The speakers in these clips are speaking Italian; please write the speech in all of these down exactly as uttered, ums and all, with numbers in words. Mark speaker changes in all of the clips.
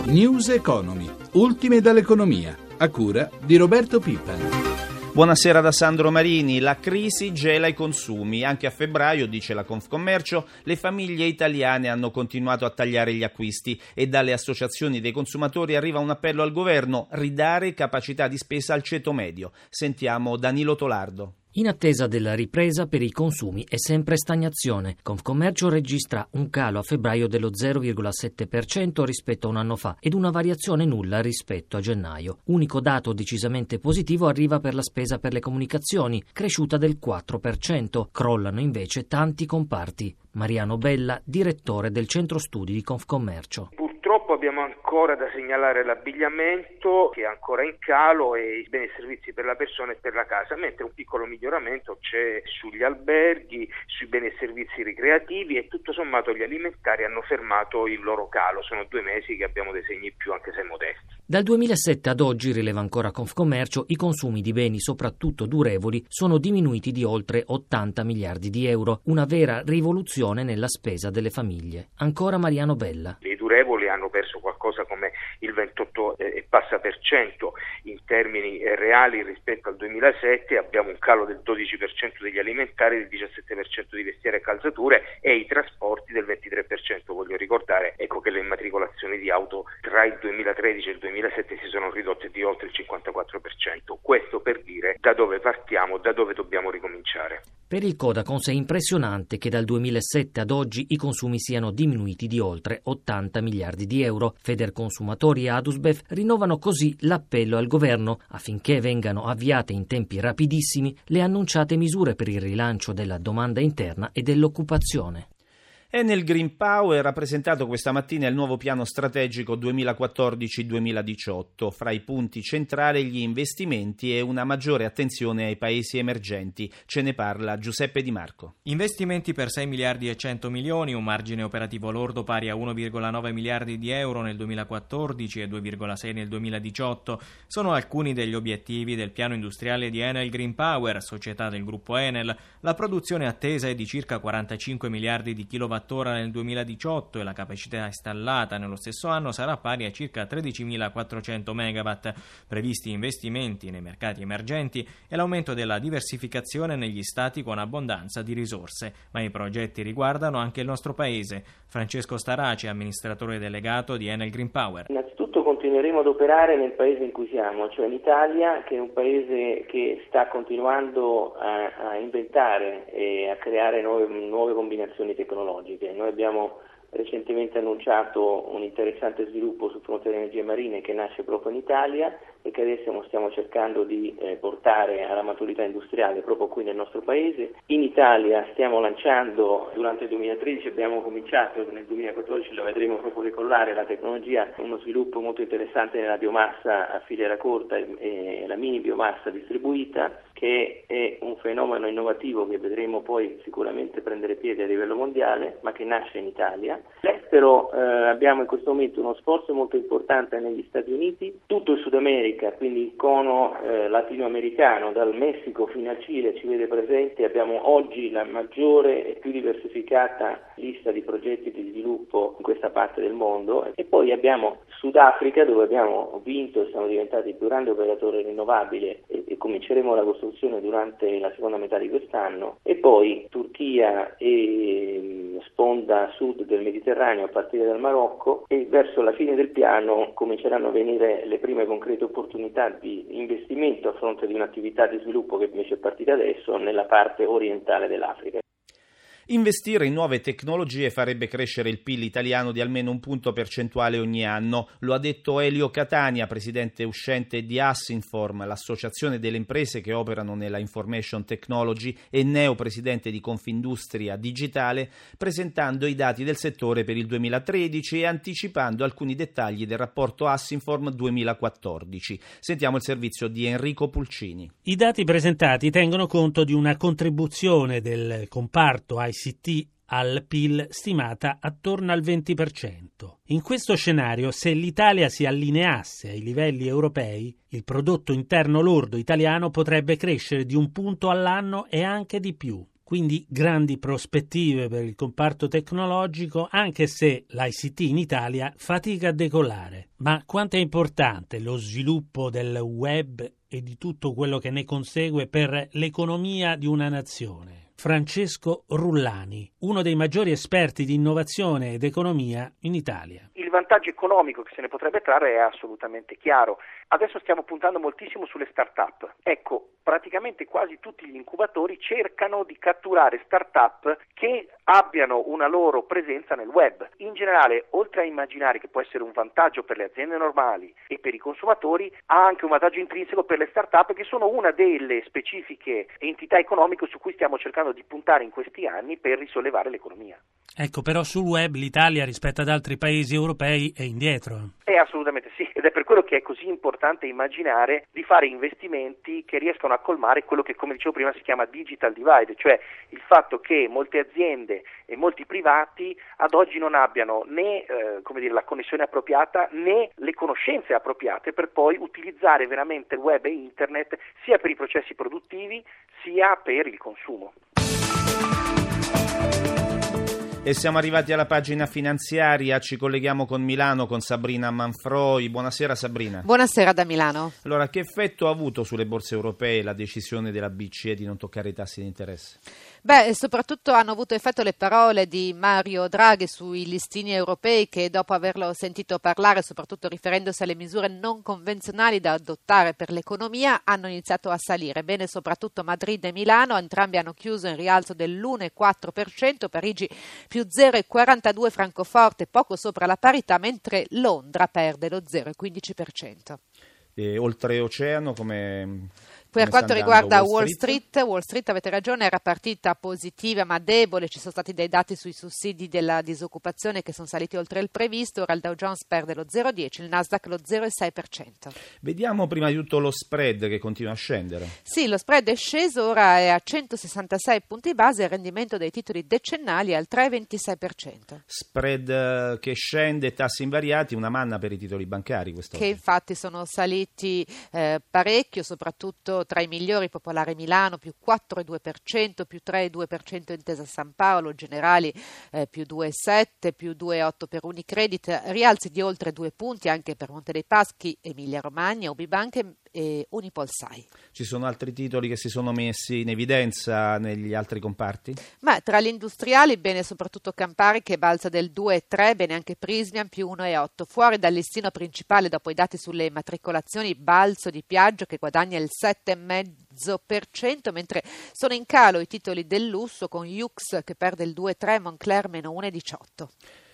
Speaker 1: News Economy, ultime dall'economia, a cura di Roberto Pippa.
Speaker 2: Buonasera da Sandro Marini. La crisi gela i consumi. Anche a febbraio, dice la Confcommercio, le famiglie italiane hanno continuato a tagliare gli acquisti e dalle associazioni dei consumatori arriva un appello al governo: ridare capacità di spesa al ceto medio. Sentiamo Danilo Tolardo.
Speaker 3: In attesa della ripresa, per i consumi è sempre stagnazione. Confcommercio registra un calo a febbraio dello zero virgola sette per cento rispetto a un anno fa ed una variazione nulla rispetto a gennaio. Unico dato decisamente positivo arriva per la spesa per le comunicazioni, cresciuta del quattro per cento. Crollano invece tanti comparti. Mariano Bella, direttore del centro studi di Confcommercio.
Speaker 4: Purtroppo abbiamo ancora da segnalare l'abbigliamento, che è ancora in calo, e i beni e servizi per la persona e per la casa, mentre un piccolo miglioramento c'è sugli alberghi, sui beni e servizi ricreativi, e tutto sommato gli alimentari hanno fermato il loro calo. Sono due mesi che abbiamo dei segni più, anche se modesti.
Speaker 3: Dal duemilasette ad oggi, rileva ancora Confcommercio, i consumi di beni soprattutto durevoli sono diminuiti di oltre ottanta miliardi di euro, una vera rivoluzione nella spesa delle famiglie. Ancora Mariano Bella.
Speaker 4: I durevoli hanno perso qualcosa come il ventotto e passa per cento in termini reali rispetto al duemilasette. Abbiamo un calo del dodici per cento degli alimentari, del diciassette per cento di vestiario e calzature, e i trasporti del ventitré per cento. Voglio ricordare ecco che le immatricolazioni di auto tra il duemilatredici e il duemilasette si sono ridotte di oltre il cinquantaquattro per cento. Questo per dire da dove partiamo, da dove dobbiamo ricominciare.
Speaker 3: Per il Codacons è impressionante che dal duemilasette ad oggi i consumi siano diminuiti di oltre ottanta miliardi di euro. Federconsumatori e Adusbef rinnovano così l'appello al governo affinché vengano avviate in tempi rapidissimi le annunciate misure per il rilancio della domanda interna e dell'occupazione.
Speaker 2: Enel Green Power ha presentato questa mattina il nuovo piano strategico duemilaquattordici duemiladiciotto. Fra i punti centrali gli investimenti e una maggiore attenzione ai paesi emergenti. Ce ne parla Giuseppe Di Marco.
Speaker 5: Investimenti per sei miliardi e cento milioni, un margine operativo lordo pari a uno virgola nove miliardi di euro nel duemilaquattordici e due virgola sei nel duemiladiciotto sono alcuni degli obiettivi del piano industriale di Enel Green Power, società del gruppo Enel. La produzione attesa è di circa quarantacinque miliardi di kilowattora nel duemiladiciotto e la capacità installata nello stesso anno sarà pari a circa tredicimilaquattrocento megawatt. Previsti investimenti nei mercati emergenti e l'aumento della diversificazione negli stati con abbondanza di risorse, ma i progetti riguardano anche il nostro paese. Francesco Starace, amministratore delegato di Enel Green Power.
Speaker 6: Innanzitutto continueremo ad operare nel paese in cui siamo, cioè l'Italia, che è un paese che sta continuando a, a inventare e a creare nuove, nuove combinazioni tecnologiche. Noi abbiamo recentemente annunciato un interessante sviluppo sul fronte delle energie marine che nasce proprio in Italia e che adesso stiamo cercando di eh, portare alla maturità industriale proprio qui nel nostro paese. In Italia stiamo lanciando, durante il duemilatredici abbiamo cominciato, nel duemilaquattordici la vedremo proprio decollare la tecnologia, uno sviluppo molto interessante nella biomassa a filiera corta e, e la mini biomassa distribuita, che è un fenomeno innovativo che vedremo poi sicuramente prendere piede a livello mondiale, ma che nasce in Italia. All'estero eh, abbiamo in questo momento uno sforzo molto importante negli Stati Uniti, tutto il Sud America, quindi il cono eh, latinoamericano, dal Messico fino al Cile ci vede presente. Abbiamo oggi la maggiore e più diversificata lista di progetti di sviluppo in questa parte del mondo, e poi abbiamo Sudafrica, dove abbiamo vinto e siamo diventati il più grande operatore rinnovabile e, e cominceremo la costruzione durante la seconda metà di quest'anno, e poi Turchia e sponda sud del Mediterraneo a partire dal Marocco, e verso la fine del piano cominceranno a venire le prime concrete opportunità di investimento a fronte di un'attività di sviluppo che invece è partita adesso nella parte orientale dell'Africa.
Speaker 2: Investire in nuove tecnologie farebbe crescere il P I L italiano di almeno un punto percentuale ogni anno. Lo ha detto Elio Catania, presidente uscente di Assinform, l'associazione delle imprese che operano nella information technology, e neopresidente di Confindustria Digitale, presentando i dati del settore per il duemilatredici e anticipando alcuni dettagli del rapporto Assinform duemilaquattordici. Sentiamo il servizio di Enrico Pulcini.
Speaker 7: I dati presentati tengono conto di una contribuzione del comparto I C T al P I L stimata attorno al venti per cento. In questo scenario, se l'Italia si allineasse ai livelli europei, il prodotto interno lordo italiano potrebbe crescere di un punto all'anno e anche di più. quindi grandi prospettive per il comparto tecnologico, anche se l'I C T in Italia fatica a decollare. Ma quanto è importante lo sviluppo del web e di tutto quello che ne consegue per l'economia di una nazione? Francesco Rullani, uno dei maggiori esperti di innovazione ed economia in Italia.
Speaker 8: Il vantaggio economico che se ne potrebbe trarre è assolutamente chiaro. Adesso stiamo puntando moltissimo sulle start-up. Ecco, praticamente quasi tutti gli incubatori cercano di catturare start-up che abbiano una loro presenza nel web. In generale, oltre a immaginare che può essere un vantaggio per le aziende normali e per i consumatori, ha anche un vantaggio intrinseco per le start-up, che sono una delle specifiche entità economiche su cui stiamo cercando di puntare in questi anni per risollevare l'economia.
Speaker 7: Ecco, però sul web l'Italia rispetto ad altri paesi europei è indietro.
Speaker 8: Eh, assolutamente sì, ed è per quello che è così importante immaginare di fare investimenti che riescano a colmare quello che, come dicevo prima, si chiama digital divide, cioè il fatto che molte aziende e molti privati ad oggi non abbiano né eh, come dire, la connessione appropriata né le conoscenze appropriate per poi utilizzare veramente il web e internet sia per i processi produttivi sia per il consumo.
Speaker 2: E siamo arrivati alla pagina finanziaria, ci colleghiamo con Milano con Sabrina Manfroi. Buonasera Sabrina.
Speaker 9: Buonasera da Milano.
Speaker 2: Allora, che effetto ha avuto sulle borse europee la decisione della B C E di non toccare i tassi di interesse?
Speaker 9: Beh, soprattutto hanno avuto effetto le parole di Mario Draghi sui listini europei, che dopo averlo sentito parlare, soprattutto riferendosi alle misure non convenzionali da adottare per l'economia, hanno iniziato a salire. Bene, soprattutto Madrid e Milano, entrambi hanno chiuso in rialzo dell'uno virgola quattro per cento, Parigi più zero virgola quarantadue, Francoforte poco sopra la parità, mentre Londra perde lo zero virgola quindici per cento.
Speaker 2: E oltreoceano come...
Speaker 9: Per quanto riguarda Wall Street, Wall Street, avete ragione, era partita positiva ma debole, ci sono stati dei dati sui sussidi della disoccupazione che sono saliti oltre il previsto, ora il Dow Jones perde lo zero virgola dieci, il Nasdaq lo zero virgola sei per cento.
Speaker 2: Vediamo prima di tutto lo spread che continua a scendere.
Speaker 9: Sì, lo spread è sceso, ora è a centosessantasei punti base, il rendimento dei titoli decennali è al tre virgola ventisei per cento.
Speaker 2: Spread che scende, tassi invariati, una manna per i titoli bancari quest'oggi.
Speaker 9: Che infatti sono saliti eh, parecchio, soprattutto tra i migliori Popolare Milano più quattro virgola due per cento, più tre virgola due per cento Intesa San Paolo, Generali eh, più due virgola sette per cento, più due virgola otto per cento per Unicredit, rialzi di oltre due punti anche per Monte dei Paschi, Emilia Romagna, Ubibank e Unipolsai.
Speaker 2: Ci sono altri titoli che si sono messi in evidenza negli altri comparti?
Speaker 9: Ma tra gli industriali bene soprattutto Campari che balza del due virgola tre, bene anche Prysmian più uno virgola otto. Fuori dal listino principale dopo i dati sulle immatricolazioni, balzo di Piaggio che guadagna il sette virgola cinque per cento, mentre sono in calo i titoli del lusso con Yux che perde il due virgola tre, Moncler meno uno virgola diciotto.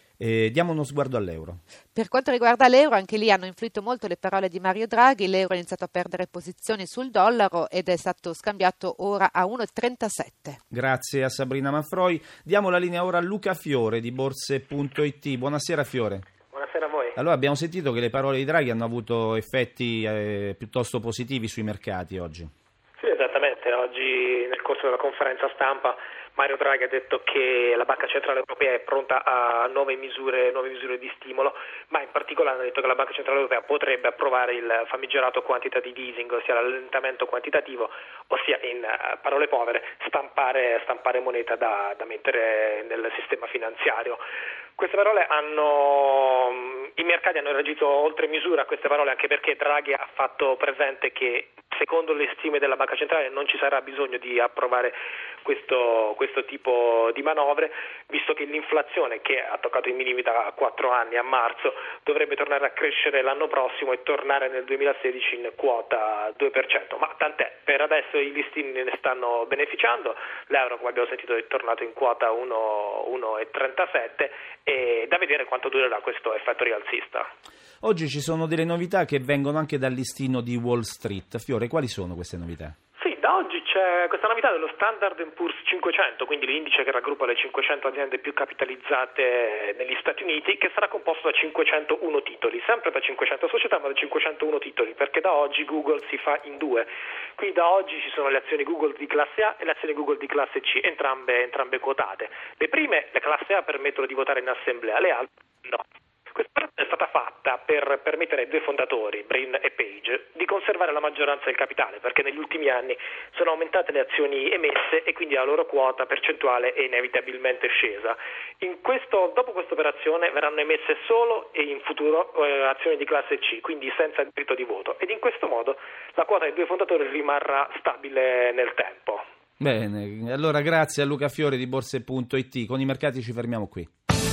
Speaker 2: E diamo uno sguardo all'euro.
Speaker 9: Per quanto riguarda l'euro, anche lì hanno influito molto le parole di Mario Draghi. L'euro ha iniziato a perdere posizioni sul dollaro ed è stato scambiato ora a uno virgola trentasette.
Speaker 2: Grazie a Sabrina Manfroi. Diamo la linea ora a Luca Fiore di borse punto it. Buonasera Fiore.
Speaker 10: Buonasera a voi.
Speaker 2: Allora, abbiamo sentito che le parole di Draghi hanno avuto effetti eh, piuttosto positivi sui mercati oggi.
Speaker 10: Sì, esattamente. Oggi nel corso della conferenza stampa Mario Draghi ha detto che la Banca Centrale Europea è pronta a nuove misure, nuove misure di stimolo, ma in particolare ha detto che la Banca Centrale Europea potrebbe approvare il famigerato quantitative easing, ossia l'allentamento quantitativo, ossia in parole povere stampare, stampare moneta da, da mettere nel sistema finanziario. Queste parole hanno, i mercati hanno reagito oltre misura a queste parole, anche perché Draghi ha fatto presente che secondo le stime della Banca Centrale non ci sarà bisogno di approvare questo, questo tipo di manovre, visto che l'inflazione, che ha toccato i minimi da quattro anni a marzo, dovrebbe tornare a crescere l'anno prossimo e tornare nel duemilasedici in quota due per cento. Ma tant'è, per adesso i listini ne stanno beneficiando, l'euro, come abbiamo sentito, è tornato in quota uno virgola trentasette e da vedere quanto durerà questo effetto rialzista.
Speaker 2: Oggi ci sono delle novità che vengono anche dal listino di Wall Street. Fiore, quali sono queste novità?
Speaker 10: Sì, da oggi c'è questa novità dello Standard and Poor's cinquecento, quindi l'indice che raggruppa le cinquecento aziende più capitalizzate negli Stati Uniti, che sarà composto da cinquecentouno titoli, sempre da cinquecento società, ma da cinquecentouno titoli, perché da oggi Google si fa in due. Quindi da oggi ci sono le azioni Google di classe A e le azioni Google di classe C, entrambe, entrambe quotate. Le prime, le classe A, permettono di votare in assemblea, le altre no. Questa parte è stata fatta per per permettere ai due fondatori, Brin e Page, di conservare la maggioranza del capitale, perché negli ultimi anni sono aumentate le azioni emesse e quindi la loro quota percentuale è inevitabilmente scesa. In questo, dopo questa operazione verranno emesse solo e in futuro eh, azioni di classe C, quindi senza diritto di voto, ed in questo modo la quota dei due fondatori rimarrà stabile nel tempo.
Speaker 2: Bene, allora grazie a Luca Fiore di borse punto it. Con i mercati ci fermiamo qui.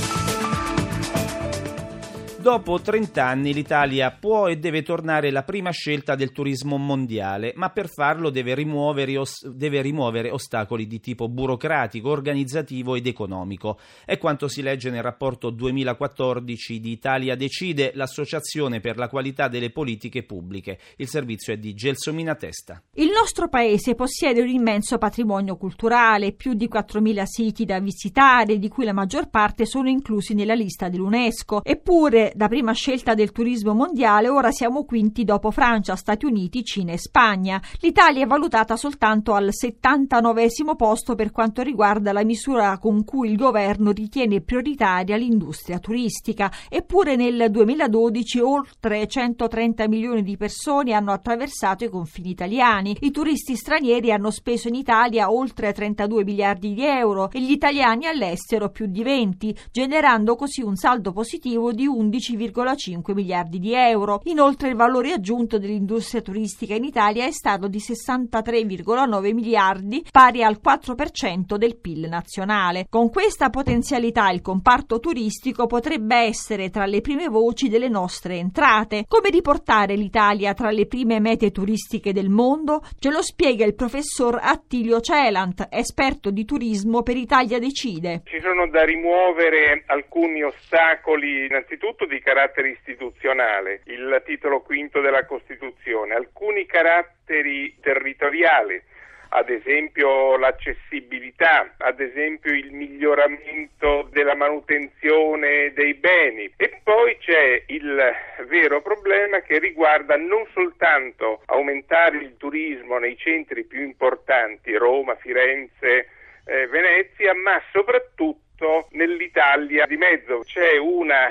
Speaker 2: Dopo trent'anni l'Italia può e deve tornare la prima scelta del turismo mondiale, ma per farlo deve rimuovere, os- deve rimuovere ostacoli di tipo burocratico, organizzativo ed economico. È quanto si legge nel rapporto duemilaquattordici di Italia Decide, l'associazione per la qualità delle politiche pubbliche. Il servizio è di Gelsomina Testa.
Speaker 11: Il nostro paese possiede un immenso patrimonio culturale, più di quattromila siti da visitare, di cui la maggior parte sono inclusi nella lista dell'UNESCO. Eppure, da prima scelta del turismo mondiale, ora siamo quinti dopo Francia, Stati Uniti, Cina e Spagna. L'Italia è valutata soltanto al settantanovesimo posto per quanto riguarda la misura con cui il governo ritiene prioritaria l'industria turistica. Eppure nel duemiladodici oltre centotrenta milioni di persone hanno attraversato i confini italiani. I turisti stranieri hanno speso in Italia oltre trentadue miliardi di euro e gli italiani all'estero più di venti, generando così un saldo positivo di undici virgola cinque miliardi di euro. Inoltre il valore aggiunto dell'industria turistica in Italia è stato di sessantatré virgola nove miliardi, pari al quattro per cento del P I L nazionale. Con questa potenzialità il comparto turistico potrebbe essere tra le prime voci delle nostre entrate. Come riportare l'Italia tra le prime mete turistiche del mondo? Ce lo spiega il professor Attilio Celant, esperto di turismo per Italia Decide.
Speaker 12: Ci sono da rimuovere alcuni ostacoli, innanzitutto di carattere istituzionale, il titolo quinto della Costituzione, alcuni caratteri territoriali, ad esempio l'accessibilità, ad esempio il miglioramento della manutenzione dei beni, e poi c'è il vero problema che riguarda non soltanto aumentare il turismo nei centri più importanti, Roma, Firenze, eh, Venezia, ma soprattutto nell'Italia di mezzo. C'è una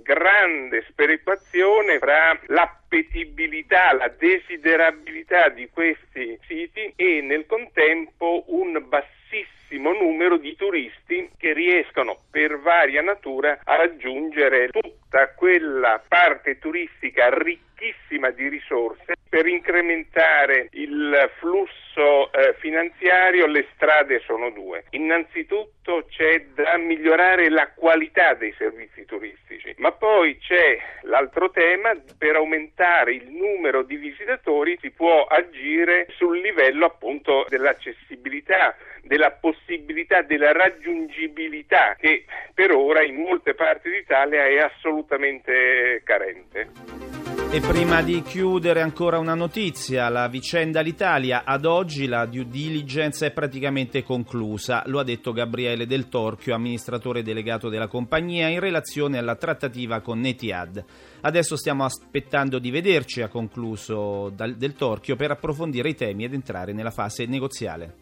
Speaker 12: grande sperequazione fra l'appetibilità, la desiderabilità di questi siti e nel contempo un bassissimo numero di turisti che riescono per varia natura a raggiungere tutta quella parte turistica ricchissima di risorse. Per incrementare il flusso eh, finanziario le strade sono due. Innanzitutto c'è da migliorare la qualità dei servizi turistici, ma poi c'è l'altro tema: per aumentare il numero di visitatori si può agire sul livello appunto dell'accessibilità, della possibilità della raggiungibilità, che per ora in molte parti d'Italia è assolutamente carente.
Speaker 2: E prima di chiudere ancora una notizia: la vicenda Alitalia, ad oggi la due diligence è praticamente conclusa, lo ha detto Gabriele Del Torchio, amministratore delegato della compagnia, in relazione alla trattativa con Etihad. Adesso stiamo aspettando di vederci, ha concluso Del Torchio, per approfondire i temi ed entrare nella fase negoziale.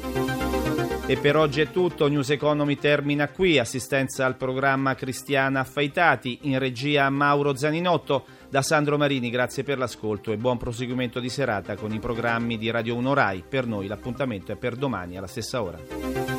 Speaker 2: E per oggi è tutto, News Economy termina qui. Assistenza al programma Cristiana Affaitati, in regia Mauro Zaninotto. Da Sandro Marini grazie per l'ascolto e buon proseguimento di serata con i programmi di Radio uno Rai. Per noi l'appuntamento è per domani alla stessa ora.